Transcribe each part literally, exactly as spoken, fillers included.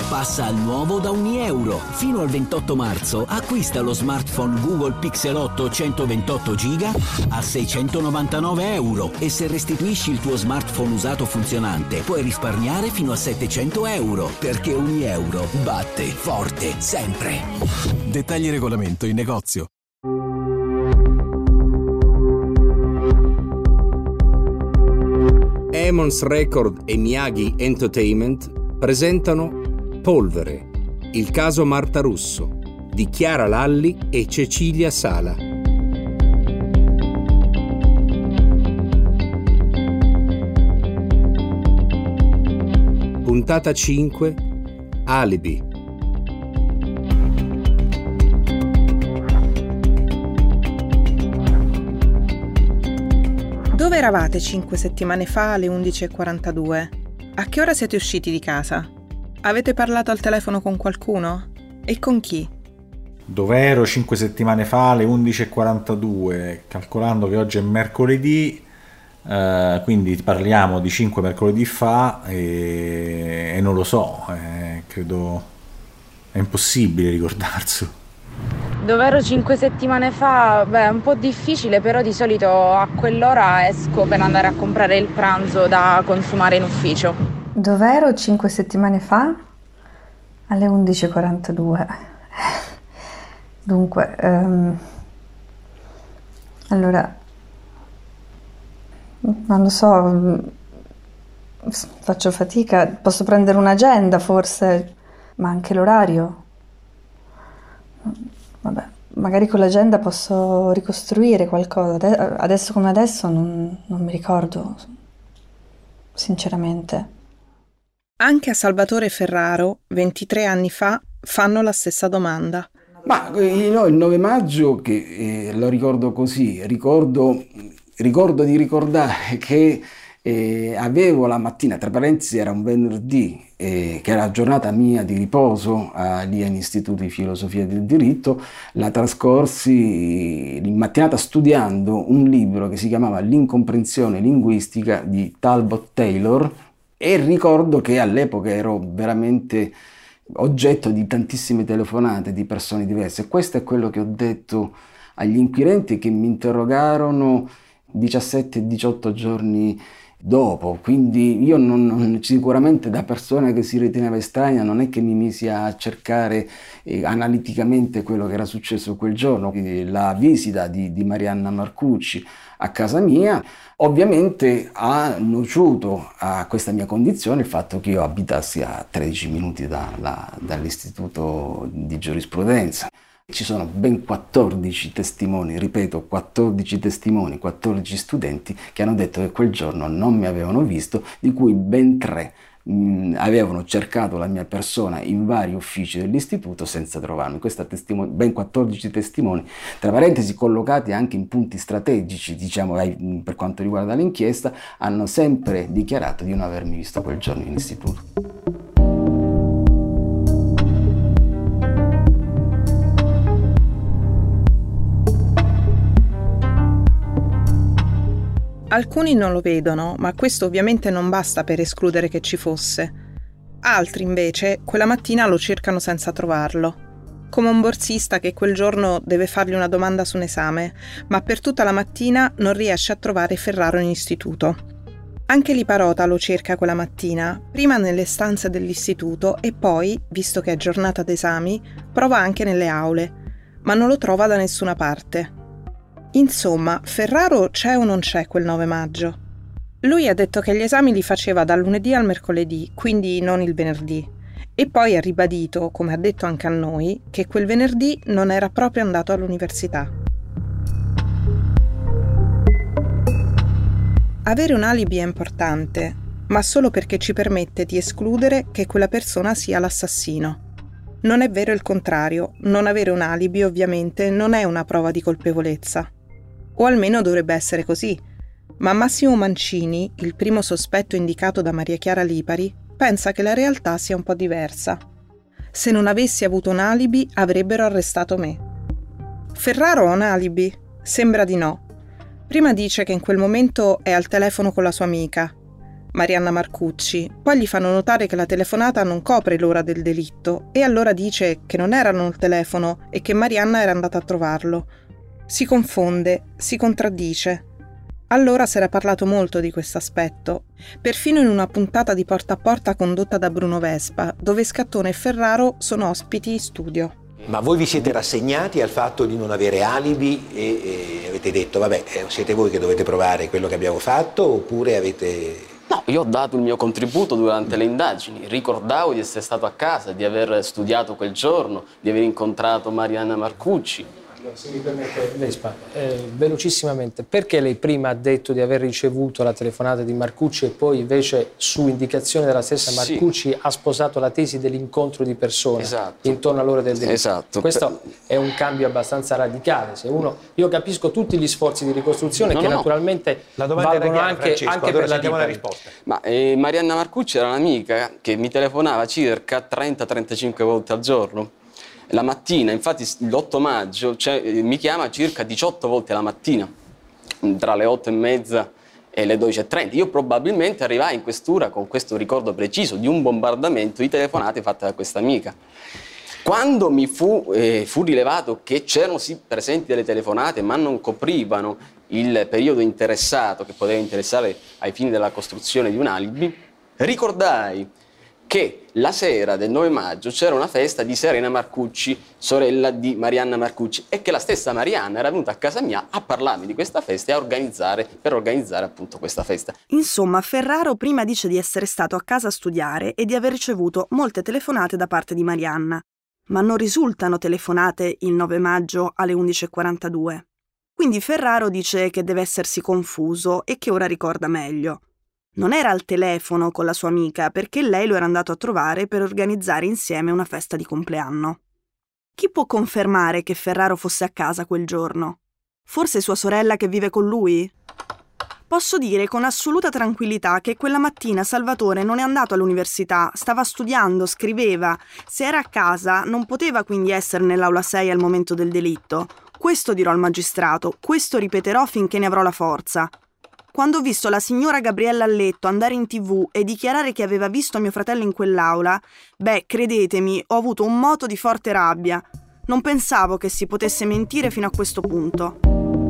passa al nuovo da un euro. Fino al ventotto marzo acquista lo smartphone Google Pixel otto centoventotto giga a seicentonovantanove euro e se restituisci il tuo smartphone usato funzionante puoi risparmiare fino a settecento euro, perché ogni euro batte forte sempre. Dettagli e regolamento in negozio. Emons Record e Miyagi Entertainment presentano Polvere, il caso Marta Russo, di Chiara Lalli e Cecilia Sala. Puntata cinque, Alibi. Dove eravate cinque settimane fa alle undici e quarantadue? A che ora siete usciti di casa? Avete parlato al telefono con qualcuno? E con chi? Dov'ero cinque settimane fa alle undici e quarantadue, calcolando che oggi è mercoledì, eh, quindi parliamo di cinque mercoledì fa e, e non lo so, eh, credo è impossibile ricordarselo. Dov'ero cinque settimane fa? Beh, è un po' difficile, però di solito a quell'ora esco per andare a comprare il pranzo da consumare in ufficio. Dov'ero cinque settimane fa? Alle undici e quarantadue. Dunque, um, allora, non lo so, faccio fatica, posso prendere un'agenda forse, ma anche l'orario. Vabbè, magari con l'agenda posso ricostruire qualcosa, adesso come adesso non, non mi ricordo, sinceramente. Anche a Salvatore Ferraro, ventitré anni fa, fanno la stessa domanda. Ma eh, no, il nove maggio, che eh, lo ricordo così, ricordo, ricordo di ricordare che eh, avevo la mattina, tra parentesi era un venerdì, eh, che era la giornata mia di riposo eh, lì all'Istituto di Filosofia del Diritto, la trascorsi in mattinata studiando un libro che si chiamava L'incomprensione linguistica di Talbot Taylor, e ricordo che all'epoca ero veramente oggetto di tantissime telefonate di persone diverse. Questo è quello che ho detto agli inquirenti che mi interrogarono diciassette diciotto giorni dopo, quindi io non, non, sicuramente da persona che si riteneva estranea non è che mi misi a cercare eh, analiticamente quello che era successo quel giorno. La visita di, di Marianna Marcucci a casa mia ovviamente ha nociuto a questa mia condizione il fatto che io abitassi a tredici minuti da, da, dall'istituto di giurisprudenza. Ci sono ben quattordici testimoni, ripeto, quattordici testimoni, quattordici studenti che hanno detto che quel giorno non mi avevano visto, di cui ben tre mh, avevano cercato la mia persona in vari uffici dell'istituto senza trovarmi. Questa testimon- ben quattordici testimoni, tra parentesi collocati anche in punti strategici, diciamo, per quanto riguarda l'inchiesta, hanno sempre dichiarato di non avermi visto quel giorno in istituto. Alcuni non lo vedono, ma questo ovviamente non basta per escludere che ci fosse. Altri, invece, quella mattina lo cercano senza trovarlo. Come un borsista che quel giorno deve fargli una domanda su un esame, ma per tutta la mattina non riesce a trovare Ferraro in istituto. Anche Liparota lo cerca quella mattina, prima nelle stanze dell'istituto e poi, visto che è giornata d'esami, prova anche nelle aule, ma non lo trova da nessuna parte. Insomma, Ferraro c'è o non c'è quel nove maggio? Lui ha detto che gli esami li faceva dal lunedì al mercoledì, quindi non il venerdì. E poi ha ribadito, come ha detto anche a noi, che quel venerdì non era proprio andato all'università. Avere un alibi è importante, ma solo perché ci permette di escludere che quella persona sia l'assassino. Non è vero il contrario, non avere un alibi ovviamente non è una prova di colpevolezza. O almeno dovrebbe essere così. Ma Massimo Mancini, il primo sospetto indicato da Maria Chiara Lipari, pensa che la realtà sia un po' diversa. Se non avessi avuto un alibi, avrebbero arrestato me. Ferraro ha un alibi? Sembra di no. Prima dice che in quel momento è al telefono con la sua amica. Marianna Marcucci. Poi gli fanno notare che la telefonata non copre l'ora del delitto e allora dice che non erano al telefono e che Marianna era andata a trovarlo. Si confonde, si contraddice. Allora si era parlato molto di questo aspetto, perfino in una puntata di Porta a Porta condotta da Bruno Vespa, dove Scattone e Ferraro sono ospiti in studio. Ma voi vi siete rassegnati al fatto di non avere alibi e, e avete detto vabbè, siete voi che dovete provare quello che abbiamo fatto, oppure avete... No, io ho dato il mio contributo durante le indagini, ricordavo di essere stato a casa, di aver studiato quel giorno, di aver incontrato Marianna Marcucci. Se mi permette, Vespa, eh, velocissimamente, perché lei prima ha detto di aver ricevuto la telefonata di Marcucci e poi invece su indicazione della stessa Marcucci sì. ha sposato la tesi dell'incontro di persona esatto. intorno all'ora del delitto? Esatto. Questo è un cambio abbastanza radicale. Se uno, io capisco tutti gli sforzi di ricostruzione no, che no, naturalmente la valgono chiara, anche, anche per la, la risposta. Ma eh, Marianna Marcucci era un'amica che mi telefonava circa trenta trentacinque volte al giorno. La mattina, infatti l'otto maggio, cioè, mi chiama circa diciotto volte la mattina, tra le otto e mezza e le dodici e trenta. Io probabilmente arrivai in questura con questo ricordo preciso di un bombardamento di telefonate fatte da questa amica. Quando mi fu, eh, fu rilevato che c'erano sì presenti delle telefonate ma non coprivano il periodo interessato, che poteva interessare ai fini della costruzione di un alibi, ricordai che la sera del nove maggio c'era una festa di Serena Marcucci, sorella di Marianna Marcucci, e che la stessa Marianna era venuta a casa mia a parlarmi di questa festa e a organizzare, per organizzare appunto questa festa. Insomma, Ferraro prima dice di essere stato a casa a studiare e di aver ricevuto molte telefonate da parte di Marianna, ma non risultano telefonate il nove maggio alle undici e quarantadue. Quindi Ferraro dice che deve essersi confuso e che ora ricorda meglio. Non era al telefono con la sua amica perché lei lo era andato a trovare per organizzare insieme una festa di compleanno. Chi può confermare che Ferraro fosse a casa quel giorno? Forse sua sorella che vive con lui? Posso dire con assoluta tranquillità che quella mattina Salvatore non è andato all'università, stava studiando, scriveva. Se era a casa non poteva quindi essere nell'aula sei al momento del delitto. Questo dirò al magistrato, questo ripeterò finché ne avrò la forza. Quando ho visto la signora Gabriella a letto andare in tv e dichiarare che aveva visto mio fratello in quell'aula, beh, credetemi, ho avuto un moto di forte rabbia. Non pensavo che si potesse mentire fino a questo punto.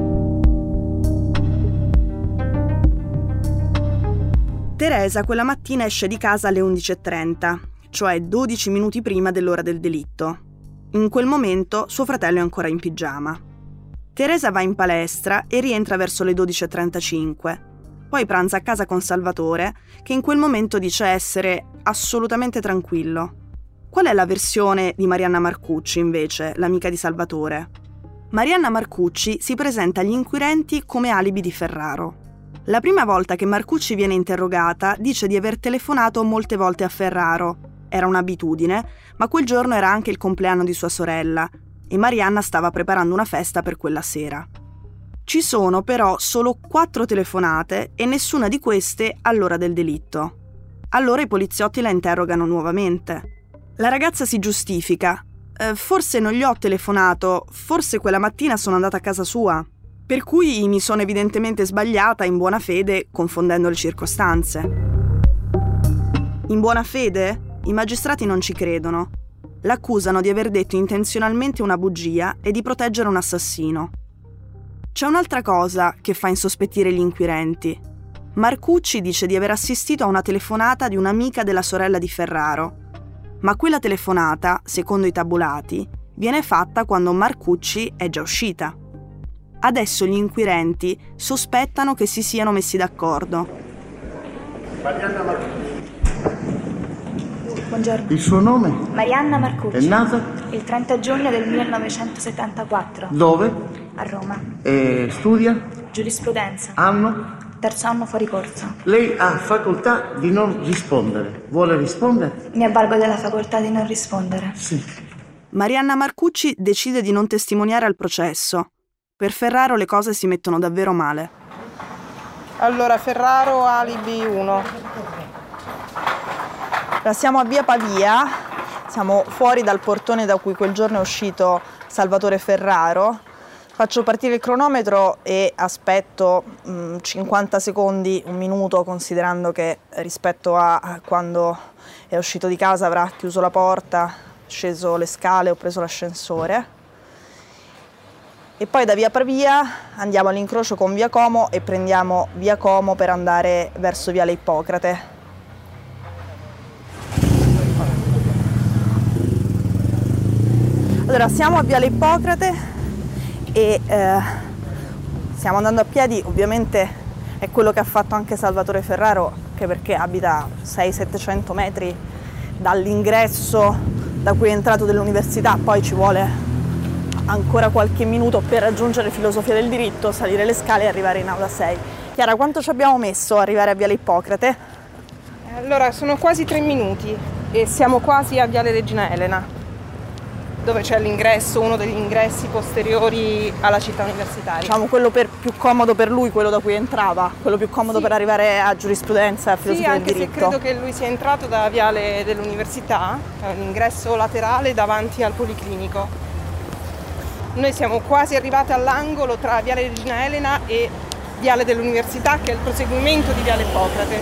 Teresa quella mattina esce di casa alle undici e trenta, cioè dodici minuti prima dell'ora del delitto. In quel momento suo fratello è ancora in pigiama. Teresa va in palestra e rientra verso le dodici e trentacinque. Poi pranza a casa con Salvatore, che in quel momento dice essere assolutamente tranquillo. Qual è la versione di Marianna Marcucci, invece, l'amica di Salvatore? Marianna Marcucci si presenta agli inquirenti come alibi di Ferraro. La prima volta che Marcucci viene interrogata dice di aver telefonato molte volte a Ferraro. Era un'abitudine, ma quel giorno era anche il compleanno di sua sorella e Marianna stava preparando una festa per quella sera. Ci sono però solo quattro telefonate e nessuna di queste all'ora del delitto. Allora i poliziotti la interrogano nuovamente. La ragazza si giustifica. Eh, forse non gli ho telefonato, forse quella mattina sono andata a casa sua. Per cui mi sono evidentemente sbagliata in buona fede, confondendo le circostanze. In buona fede? I magistrati non ci credono. L'accusano di aver detto intenzionalmente una bugia e di proteggere un assassino. C'è un'altra cosa che fa insospettire gli inquirenti. Marcucci dice di aver assistito a una telefonata di un'amica della sorella di Ferraro. Ma quella telefonata, secondo i tabulati, viene fatta quando Marcucci è già uscita. Adesso gli inquirenti sospettano che si siano messi d'accordo. Marianna Marcucci. Buongiorno. Il suo nome? Marianna Marcucci. È nata? Il trenta giugno del millenovecentosettantaquattro. Dove? A Roma. E studia? Giurisprudenza. Anno? Terzo anno fuori corso. Lei ha facoltà di non rispondere. Vuole rispondere? Mi avvalgo della facoltà di non rispondere. Sì. Marianna Marcucci decide di non testimoniare al processo. Per Ferraro le cose si mettono davvero male. Allora, Ferraro, alibi uno. Siamo a via Pavia, siamo fuori dal portone da cui quel giorno è uscito Salvatore Ferraro. Faccio partire il cronometro e aspetto mh, cinquanta secondi, un minuto, considerando che rispetto a quando è uscito di casa avrà chiuso la porta, sceso le scale o preso l'ascensore. E poi da via Pavia andiamo all'incrocio con via Como e prendiamo via Como per andare verso viale Ippocrate. Allora, siamo a viale Ippocrate e eh, stiamo andando a piedi. Ovviamente è quello che ha fatto anche Salvatore Ferraro, che perché abita seicento settecento metri dall'ingresso da cui è entrato dell'università, poi ci vuole ancora qualche minuto per raggiungere Filosofia del Diritto, salire le scale e arrivare in aula sei. Chiara, quanto ci abbiamo messo a arrivare a viale Ippocrate? Allora, sono quasi tre minuti e siamo quasi a viale Regina Elena, dove c'è l'ingresso, uno degli ingressi posteriori alla città universitaria. Diciamo quello per, più comodo per lui, quello da cui entrava, quello più comodo sì. per arrivare a giurisprudenza e a filosofia sì, del diritto. Sì, anche se credo che lui sia entrato da viale dell'università, l'ingresso laterale davanti al policlinico. Noi siamo quasi arrivati all'angolo tra viale Regina Elena e viale dell'università, che è il proseguimento di viale Ippocrate.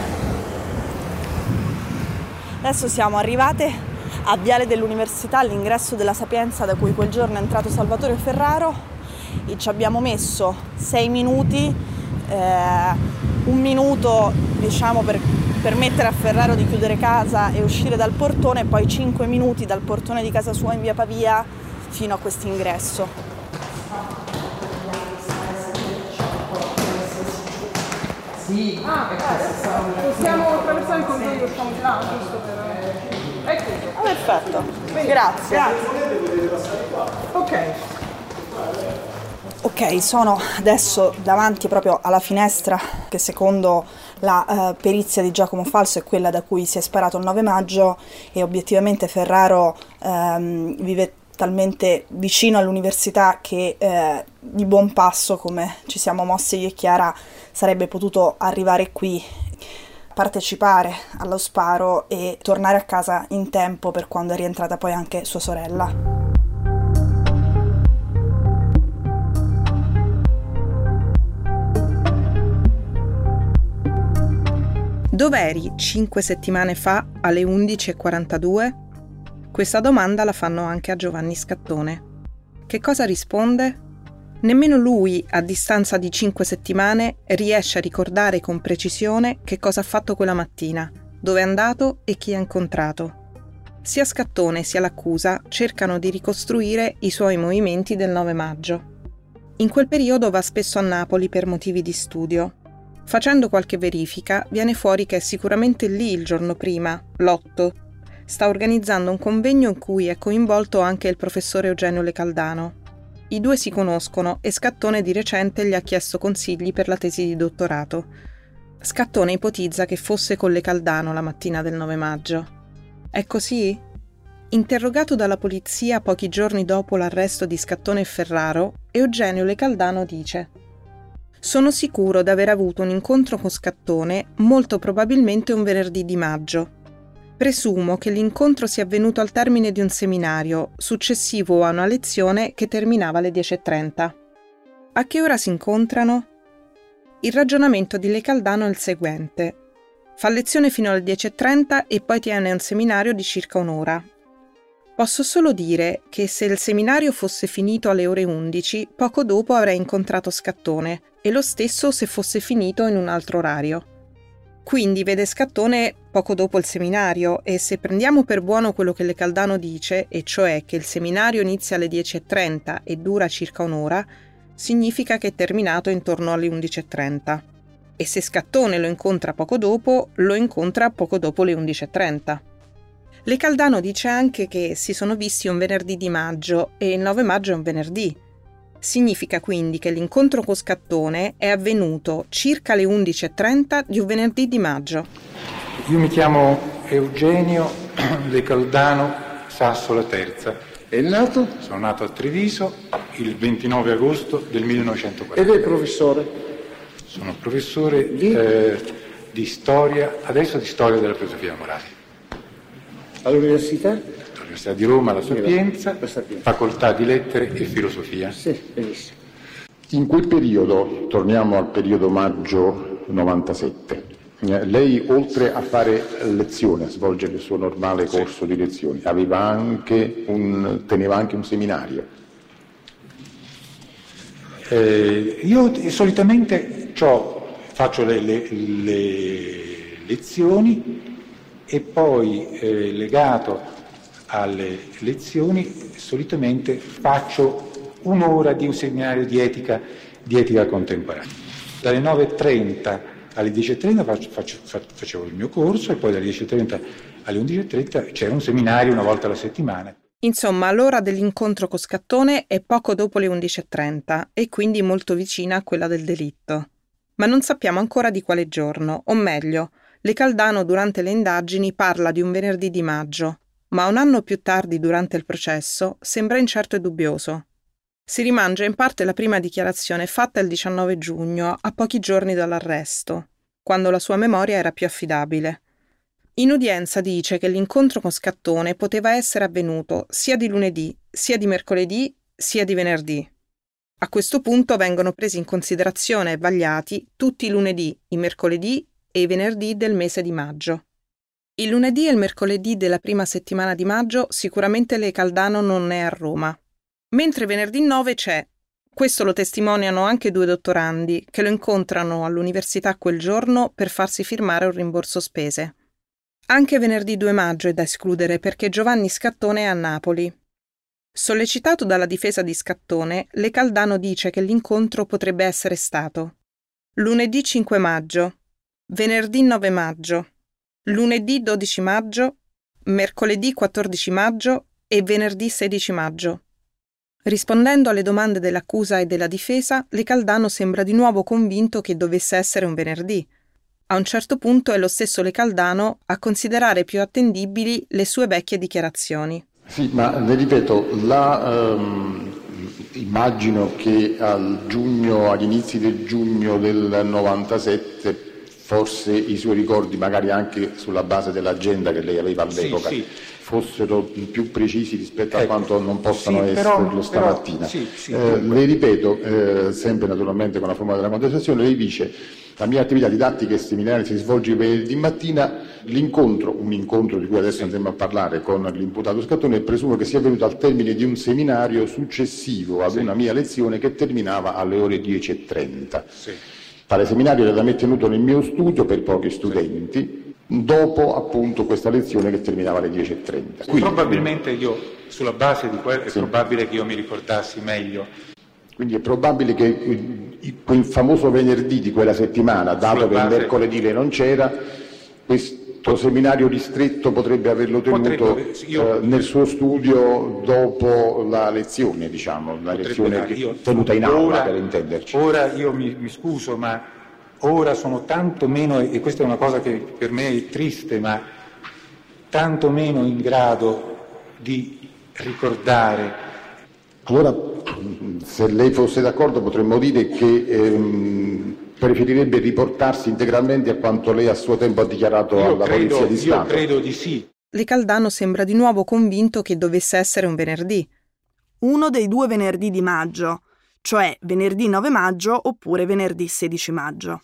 Adesso siamo arrivate a viale dell'università, all'ingresso della Sapienza da cui quel giorno è entrato Salvatore Ferraro, e ci abbiamo messo sei minuti, eh, un minuto diciamo per permettere a Ferraro di chiudere casa e uscire dal portone, e poi cinque minuti dal portone di casa sua in via Pavia fino a questo ingresso. Sì, ah, eh, possiamo attraversare il corridoio, usciamo di là, giusto per... Ecco. Oh, perfetto, grazie. Grazie. Ok. Ok, sono adesso davanti proprio alla finestra che secondo la uh, perizia di Giacomo Falso è quella da cui si è sparato il nove maggio, e obiettivamente Ferraro um, vive talmente vicino all'università che eh, di buon passo, come ci siamo mossi io e Chiara, sarebbe potuto arrivare qui, partecipare allo sparo e tornare a casa in tempo per quando è rientrata poi anche sua sorella. Dov'eri cinque settimane fa alle undici e quarantadue? Questa domanda la fanno anche a Giovanni Scattone. Che cosa risponde? Nemmeno lui, a distanza di cinque settimane, riesce a ricordare con precisione che cosa ha fatto quella mattina, dove è andato e chi ha incontrato. Sia Scattone sia l'accusa cercano di ricostruire i suoi movimenti del nove maggio. In quel periodo va spesso a Napoli per motivi di studio. Facendo qualche verifica, viene fuori che è sicuramente lì il giorno prima, l'otto. Sta organizzando un convegno in cui è coinvolto anche il professore Eugenio Le Caldano. I due si conoscono e Scattone di recente gli ha chiesto consigli per la tesi di dottorato. Scattone ipotizza che fosse con Le Caldano la mattina del nove maggio. È così? Interrogato dalla polizia pochi giorni dopo l'arresto di Scattone e Ferraro, Eugenio Le Caldano dice: «Sono sicuro di aver avuto un incontro con Scattone molto probabilmente un venerdì di maggio. Presumo che l'incontro sia avvenuto al termine di un seminario, successivo a una lezione che terminava alle dieci e trenta. A che ora si incontrano? Il ragionamento di Le Caldano è il seguente. Fa lezione fino alle dieci e trenta e poi tiene un seminario di circa un'ora. Posso solo dire che se il seminario fosse finito alle ore undici, poco dopo avrei incontrato Scattone, e lo stesso se fosse finito in un altro orario. Quindi vede Scattone poco dopo il seminario, e se prendiamo per buono quello che Le Caldano dice, e cioè che il seminario inizia alle dieci e trenta e dura circa un'ora, significa che è terminato intorno alle undici e trenta. E se Scattone lo incontra poco dopo, lo incontra poco dopo le undici e trenta. Le Caldano dice anche che si sono visti un venerdì di maggio e il nove maggio è un venerdì. Significa quindi che l'incontro con Scattone è avvenuto circa alle undici e trenta di un venerdì di maggio. Io mi chiamo Eugenio Le Caldano Sassola Terza. È nato? Sono nato a Treviso il ventinove agosto del millenovecentoquaranta. Ed è professore? Sono professore di? Eh, di storia, adesso di storia della filosofia morale. All'università? All'Università di Roma, la Sapienza, facoltà di lettere e filosofia. Sì, benissimo. In quel periodo, torniamo al periodo maggio novantasette, eh, lei oltre a fare lezioni, a svolgere il suo normale corso di lezioni, aveva anche un, teneva anche un seminario. Eh, io solitamente c'ho, faccio le, le, le lezioni e poi eh, legato alle lezioni solitamente faccio un'ora di un seminario di etica, di etica contemporanea. Dalle nove e trenta alle dieci e trenta faccio, faccio, facevo il mio corso e poi dalle dieci e trenta alle undici e trenta c'era un seminario una volta alla settimana. Insomma, l'ora dell'incontro con Scattone è poco dopo le undici e trenta e quindi molto vicina a quella del delitto. Ma non sappiamo ancora di quale giorno, o meglio, Lecaldano durante le indagini parla di un venerdì di maggio, ma un anno più tardi durante il processo sembra incerto e dubbioso. Si rimangia in parte la prima dichiarazione fatta il diciannove giugno, a pochi giorni dall'arresto, quando la sua memoria era più affidabile. In udienza dice che l'incontro con Scattone poteva essere avvenuto sia di lunedì, sia di mercoledì, sia di venerdì. A questo punto vengono presi in considerazione e vagliati tutti i lunedì, i mercoledì e i venerdì del mese di maggio. Il lunedì e il mercoledì della prima settimana di maggio sicuramente Lecaldano non è a Roma. Mentre venerdì nove c'è. Questo lo testimoniano anche due dottorandi che lo incontrano all'università quel giorno per farsi firmare un rimborso spese. Anche venerdì due maggio è da escludere perché Giovanni Scattone è a Napoli. Sollecitato dalla difesa di Scattone, Lecaldano dice che l'incontro potrebbe essere stato lunedì cinque maggio, venerdì nove maggio, lunedì dodici maggio, mercoledì quattordici maggio e venerdì sedici maggio. Rispondendo alle domande dell'accusa e della difesa, Lecaldano sembra di nuovo convinto che dovesse essere un venerdì. A un certo punto è lo stesso Lecaldano a considerare più attendibili le sue vecchie dichiarazioni. Sì, ma le ripeto, la, ehm, immagino che al giugno, agli inizi del giugno del novantasette, forse i suoi ricordi, magari anche sulla base dell'agenda che lei aveva all'epoca, sì, sì. fossero più precisi rispetto a ecco, quanto non possano sì, esserlo però, stamattina. Però, sì, sì, eh, le ripeto, eh, sempre naturalmente con la forma della contestazione, lei dice: la mia attività didattica e seminaria si svolge venerdì mattina, l'incontro, un incontro di cui adesso sì. andremo a parlare con l'imputato Scattone, presumo che sia avvenuto al termine di un seminario successivo ad sì. una mia lezione che terminava alle ore dieci e trenta. Sì. Tale seminario era da me tenuto nel mio studio per pochi studenti, sì. dopo appunto questa lezione che terminava alle dieci e trenta. Quindi, probabilmente io, sulla base di quello, è sì. probabile che io mi ricordassi meglio. Quindi è probabile che quel famoso venerdì di quella settimana, dato che il mercoledì lei non c'era, questo seminario ristretto potrebbe averlo tenuto potrebbe, io, eh, nel suo studio dopo la lezione, diciamo, la lezione che, io, tenuta in aula, ora, per intenderci. Ora io mi, mi scuso, ma ora sono tanto meno, e questa è una cosa che per me è triste, ma tanto meno in grado di ricordare. Allora, se lei fosse d'accordo, potremmo dire che ehm, preferirebbe riportarsi integralmente a quanto lei a suo tempo ha dichiarato io alla credo, Polizia di Stato. Io credo di sì. Lecaldano sembra di nuovo convinto che dovesse essere un venerdì. Uno dei due venerdì di maggio, cioè venerdì nove maggio oppure venerdì sedici maggio.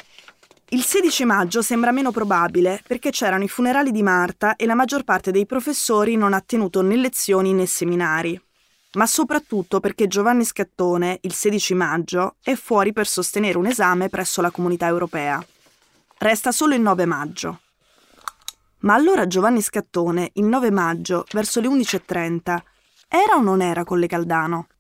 Il sedici maggio sembra meno probabile perché c'erano i funerali di Marta e la maggior parte dei professori non ha tenuto né lezioni né seminari. Ma soprattutto perché Giovanni Scattone, il sedici maggio, è fuori per sostenere un esame presso la Comunità Europea. Resta solo il nove maggio. Ma allora Giovanni Scattone, il nove maggio, verso le undici e trenta, era o non era con Lecaldano?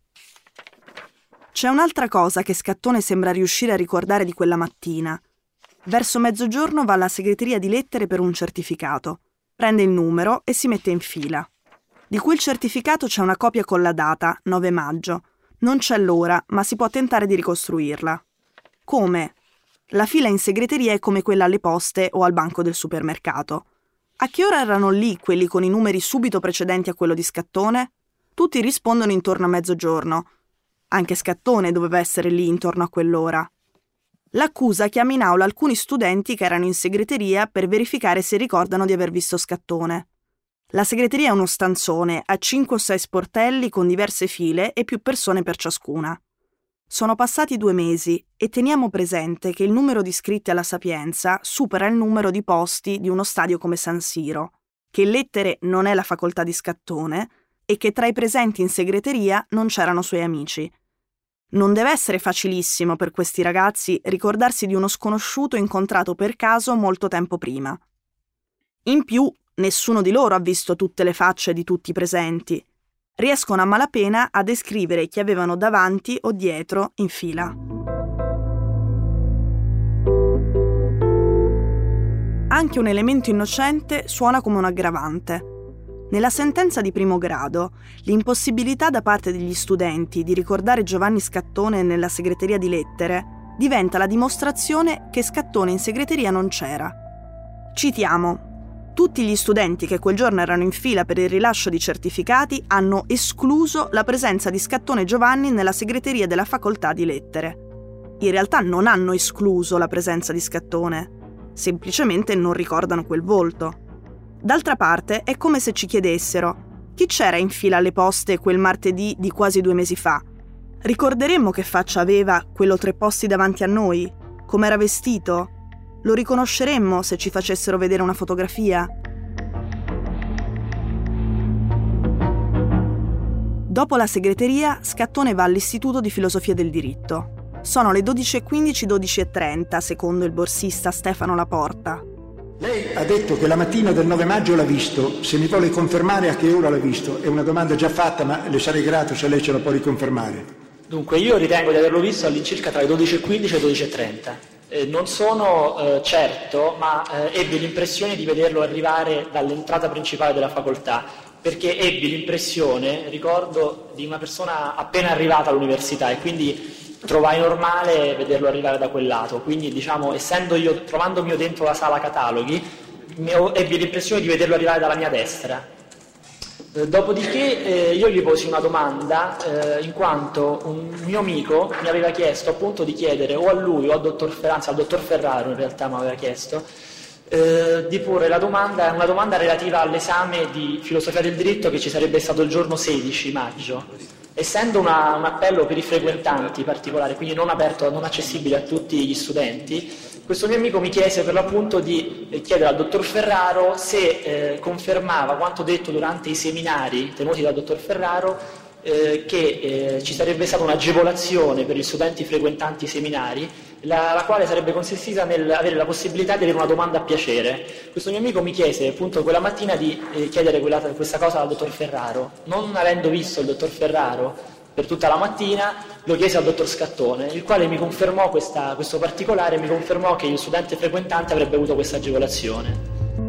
C'è un'altra cosa che Scattone sembra riuscire a ricordare di quella mattina. Verso mezzogiorno va alla segreteria di lettere per un certificato, prende il numero e si mette in fila. Di quel certificato c'è una copia con la data, nove maggio. Non c'è l'ora, ma si può tentare di ricostruirla. Come? La fila in segreteria è come quella alle poste o al banco del supermercato. A che ora erano lì quelli con i numeri subito precedenti a quello di Scattone? Tutti rispondono intorno a mezzogiorno. Anche Scattone doveva essere lì intorno a quell'ora. L'accusa chiama in aula alcuni studenti che erano in segreteria per verificare se ricordano di aver visto Scattone. La segreteria è uno stanzone a cinque o sei sportelli con diverse file e più persone per ciascuna. Sono passati due mesi e teniamo presente che il numero di iscritti alla Sapienza supera il numero di posti di uno stadio come San Siro, che Lettere non è la facoltà di Scattone e che tra i presenti in segreteria non c'erano suoi amici. Non deve essere facilissimo per questi ragazzi ricordarsi di uno sconosciuto incontrato per caso molto tempo prima. In più, nessuno di loro ha visto tutte le facce di tutti i presenti. Riescono a malapena a descrivere chi avevano davanti o dietro in fila. Anche un elemento innocente suona come un aggravante. Nella sentenza di primo grado, l'impossibilità da parte degli studenti di ricordare Giovanni Scattone nella segreteria di Lettere diventa la dimostrazione che Scattone in segreteria non c'era. Citiamo: tutti gli studenti che quel giorno erano in fila per il rilascio di certificati hanno escluso la presenza di Scattone Giovanni nella segreteria della facoltà di Lettere. In realtà non hanno escluso la presenza di Scattone, semplicemente non ricordano quel volto. D'altra parte è come se ci chiedessero: chi c'era in fila alle poste quel martedì di quasi due mesi fa? Ricorderemmo che faccia aveva quello tre posti davanti a noi? Com'era vestito? Lo riconosceremmo se ci facessero vedere una fotografia? Dopo la segreteria, Scattone va all'Istituto di Filosofia del Diritto. Sono le dodici e quindici, dodici e trenta, secondo il borsista Stefano Laporta. Lei ha detto che la mattina del nove maggio l'ha visto. Se mi vuole confermare a che ora l'ha visto. È una domanda già fatta, ma le sarei grato se lei ce la può riconfermare. Dunque, io ritengo di averlo visto all'incirca tra le dodici e quindici e le dodici e trenta. Eh, non sono eh, certo, ma eh, ebbi l'impressione di vederlo arrivare dall'entrata principale della facoltà, perché ebbi l'impressione, ricordo, di una persona appena arrivata all'università e quindi trovai normale vederlo arrivare da quel lato. Quindi, diciamo, essendo io, trovandomi io dentro la sala cataloghi, mi ho, ebbi l'impressione di vederlo arrivare dalla mia destra. Dopodiché eh, io gli posi una domanda eh, in quanto un mio amico mi aveva chiesto appunto di chiedere o a lui o al dottor Ferranza, al dottor Ferraro in realtà mi aveva chiesto eh, di porre la domanda, una domanda relativa all'esame di filosofia del diritto che ci sarebbe stato il giorno sedici maggio. Essendo una, un appello per i frequentanti particolare, quindi non aperto, non accessibile a tutti gli studenti, questo mio amico mi chiese per l'appunto di chiedere al dottor Ferraro se eh, confermava quanto detto durante i seminari tenuti dal dottor Ferraro, eh, che eh, ci sarebbe stata un'agevolazione per gli studenti frequentanti i seminari, la, la quale sarebbe consistita nell'avere la possibilità di avere una domanda a piacere. Questo mio amico mi chiese appunto quella mattina di eh, chiedere quella, questa cosa al dottor Ferraro. Non avendo visto il dottor Ferraro per tutta la mattina, lo chiese al dottor Scattone, il quale mi confermò questa, questo particolare, mi confermò che il studente frequentante avrebbe avuto questa agevolazione.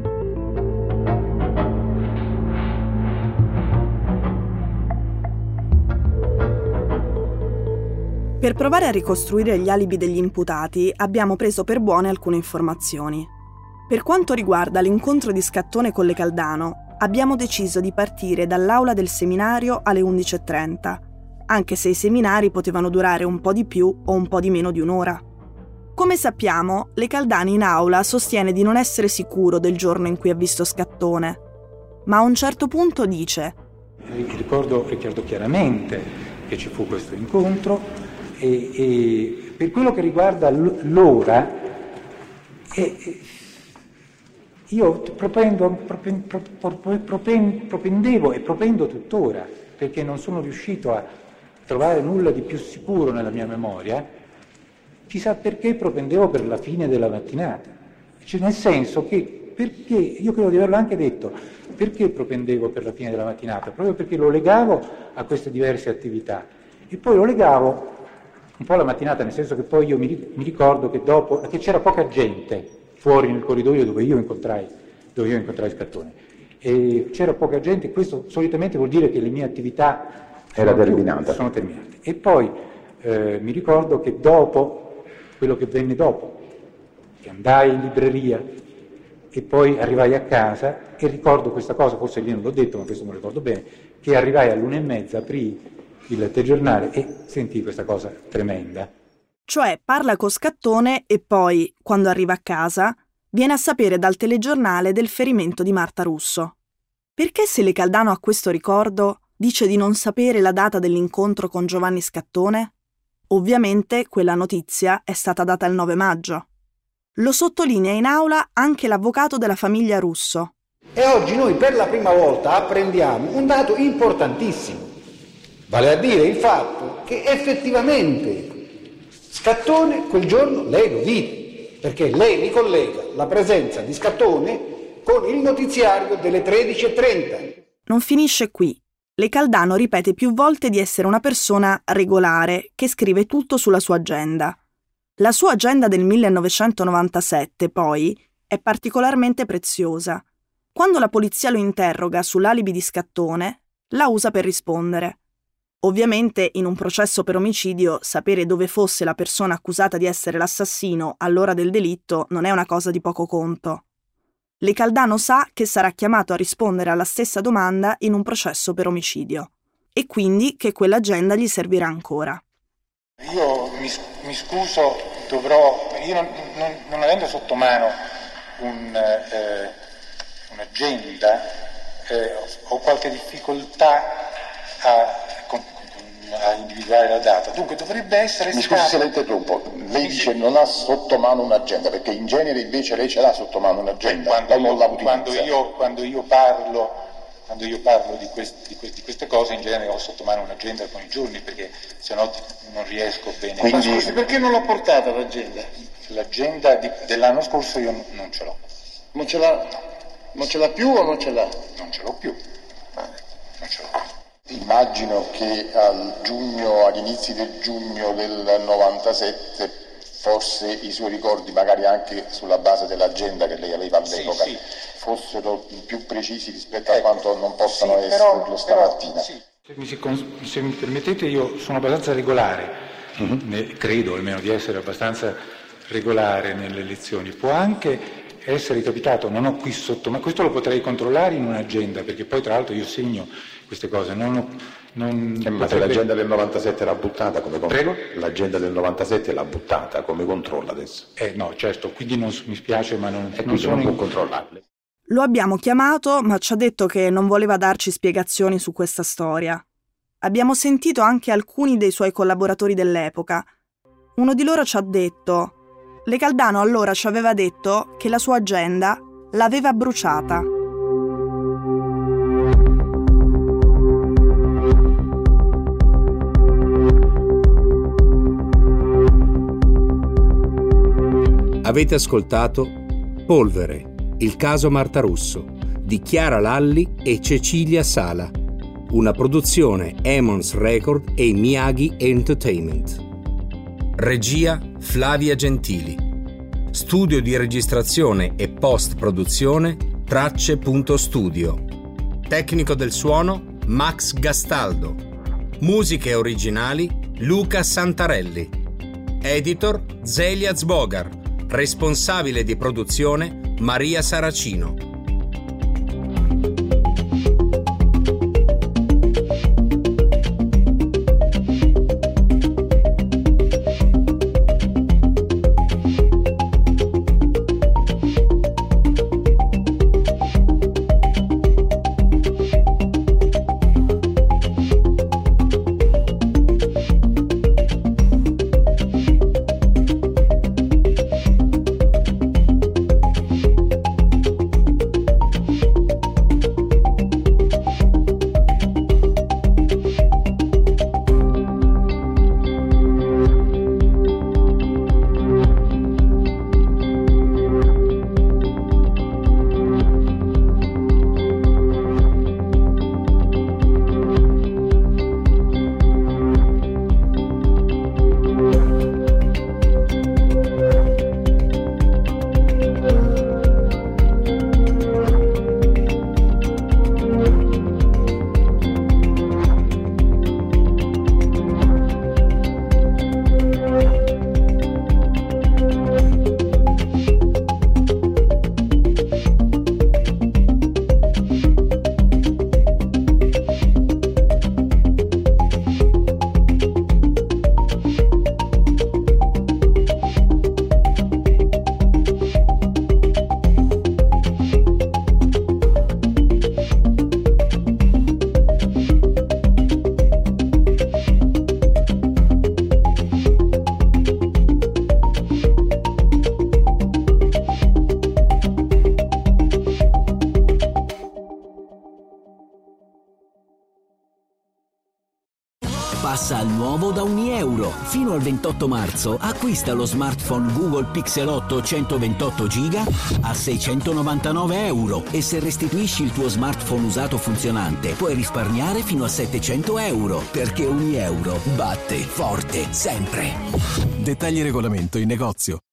Per provare a ricostruire gli alibi degli imputati, abbiamo preso per buone alcune informazioni. Per quanto riguarda l'incontro di Scattone con Le Caldano, abbiamo deciso di partire dall'aula del seminario alle undici e trenta, anche se i seminari potevano durare un po' di più o un po' di meno di un'ora. Come sappiamo, Le Caldano in aula sostiene di non essere sicuro del giorno in cui ha visto Scattone, ma a un certo punto dice: ricordo, ricordo chiaramente che ci fu questo incontro e, e per quello che riguarda l'ora, e, io propendo, propen, propen, propen, propendevo e propendo tuttora, perché non sono riuscito a trovare nulla di più sicuro nella mia memoria, chissà perché propendevo per la fine della mattinata. Cioè, nel senso che, perché, io credo di averlo anche detto, perché propendevo per la fine della mattinata? Proprio perché lo legavo a queste diverse attività e poi lo legavo un po' alla mattinata, nel senso che poi io mi, mi ricordo che dopo, che c'era poca gente fuori nel corridoio dove io incontrai, dove io incontrai Scattone. E c'era poca gente, questo solitamente vuol dire che le mie attività era terminata. Sono terminate. E poi eh, mi ricordo che dopo, quello che venne dopo, che andai in libreria e poi arrivai a casa e ricordo questa cosa, forse lì non l'ho detto, ma questo me lo ricordo bene, che arrivai all'una e mezza, aprii il telegiornale e sentii questa cosa tremenda. Cioè parla con Scattone e poi, quando arriva a casa, viene a sapere dal telegiornale del ferimento di Marta Russo. Perché se Le Caldano ha questo ricordo, dice di non sapere la data dell'incontro con Giovanni Scattone? Ovviamente quella notizia è stata data il nove maggio. Lo sottolinea in aula anche l'avvocato della famiglia Russo. E oggi noi per la prima volta apprendiamo un dato importantissimo, vale a dire il fatto che effettivamente Scattone quel giorno lei lo vide, perché lei mi collega la presenza di Scattone con il notiziario delle tredici e trenta. Non finisce qui. Le Caldano ripete più volte di essere una persona regolare, che scrive tutto sulla sua agenda. La sua agenda del millenovecentonovantasette, poi, è particolarmente preziosa. Quando la polizia lo interroga sull'alibi di Scattone, la usa per rispondere. Ovviamente, in un processo per omicidio, sapere dove fosse la persona accusata di essere l'assassino all'ora del delitto non è una cosa di poco conto. Le Caldano sa che sarà chiamato a rispondere alla stessa domanda in un processo per omicidio e quindi che quell'agenda gli servirà ancora. Io mi, mi scuso, dovrò, io non, non, non avendo sotto mano un, eh, un'agenda, eh, ho qualche difficoltà a, a individuare la data, dunque dovrebbe essere Mi stato... scusi se la interrompo, lei dice non ha sotto mano un'agenda, perché in genere invece lei ce l'ha sotto mano un'agenda, quando, lei non la io, utilizza. quando, io, quando io parlo, quando io parlo di, quest, di, que, di queste cose in genere ho sotto mano un'agenda con i giorni, perché sennò non riesco bene. Quindi... Ma scusi, perché non l'ho portata l'agenda? L'agenda di, dell'anno scorso io non ce l'ho. Non ce l'ha? Non ce l'ha più o non ce l'ha? Non ce l'ho più. Ah, non ce l'ho più. Immagino che al giugno, agli inizi del giugno del novantasette, forse i suoi ricordi, magari anche sulla base dell'agenda che lei aveva all'epoca, sì, sì. fossero più precisi rispetto ecco. a quanto non possano sì, esserlo però, stamattina. Però, sì. se, mi, se mi permettete, io sono abbastanza regolare, uh-huh. ne, credo almeno di essere abbastanza regolare nelle elezioni. Può anche essere capitato, non ho qui sotto, ma questo lo potrei controllare in un'agenda, perché poi tra l'altro io segno queste cose. Non ho, non eh, ma potrebbe... l'agenda del novantasette l'ha buttata come controlla? Prego? L'agenda del novantasette l'ha buttata come controlla adesso? Eh no, certo, quindi non, mi spiace, ma non, e non sono non in... può controllarle. Lo abbiamo chiamato, ma ci ha detto che non voleva darci spiegazioni su questa storia. Abbiamo sentito anche alcuni dei suoi collaboratori dell'epoca. Uno di loro ci ha detto: Le Caldano allora ci aveva detto che la sua agenda l'aveva bruciata. Avete ascoltato Polvere, il caso Marta Russo, di Chiara Lalli e Cecilia Sala, una produzione Emons Record e Miyagi Entertainment. Regia Flavia Gentili. Studio di registrazione e post-produzione Tracce.studio. Tecnico del suono Max Gastaldo. Musiche originali Luca Santarelli. Editor Zelia Zbogar. Responsabile di produzione Maria Saracino. passa al nuovo da ogni euro. Fino al ventotto marzo acquista lo smartphone Google Pixel otto centoventotto giga a seicentonovantanove euro e se restituisci il tuo smartphone usato funzionante puoi risparmiare fino a settecento euro, perché ogni euro batte forte sempre. Dettagli e regolamento in negozio.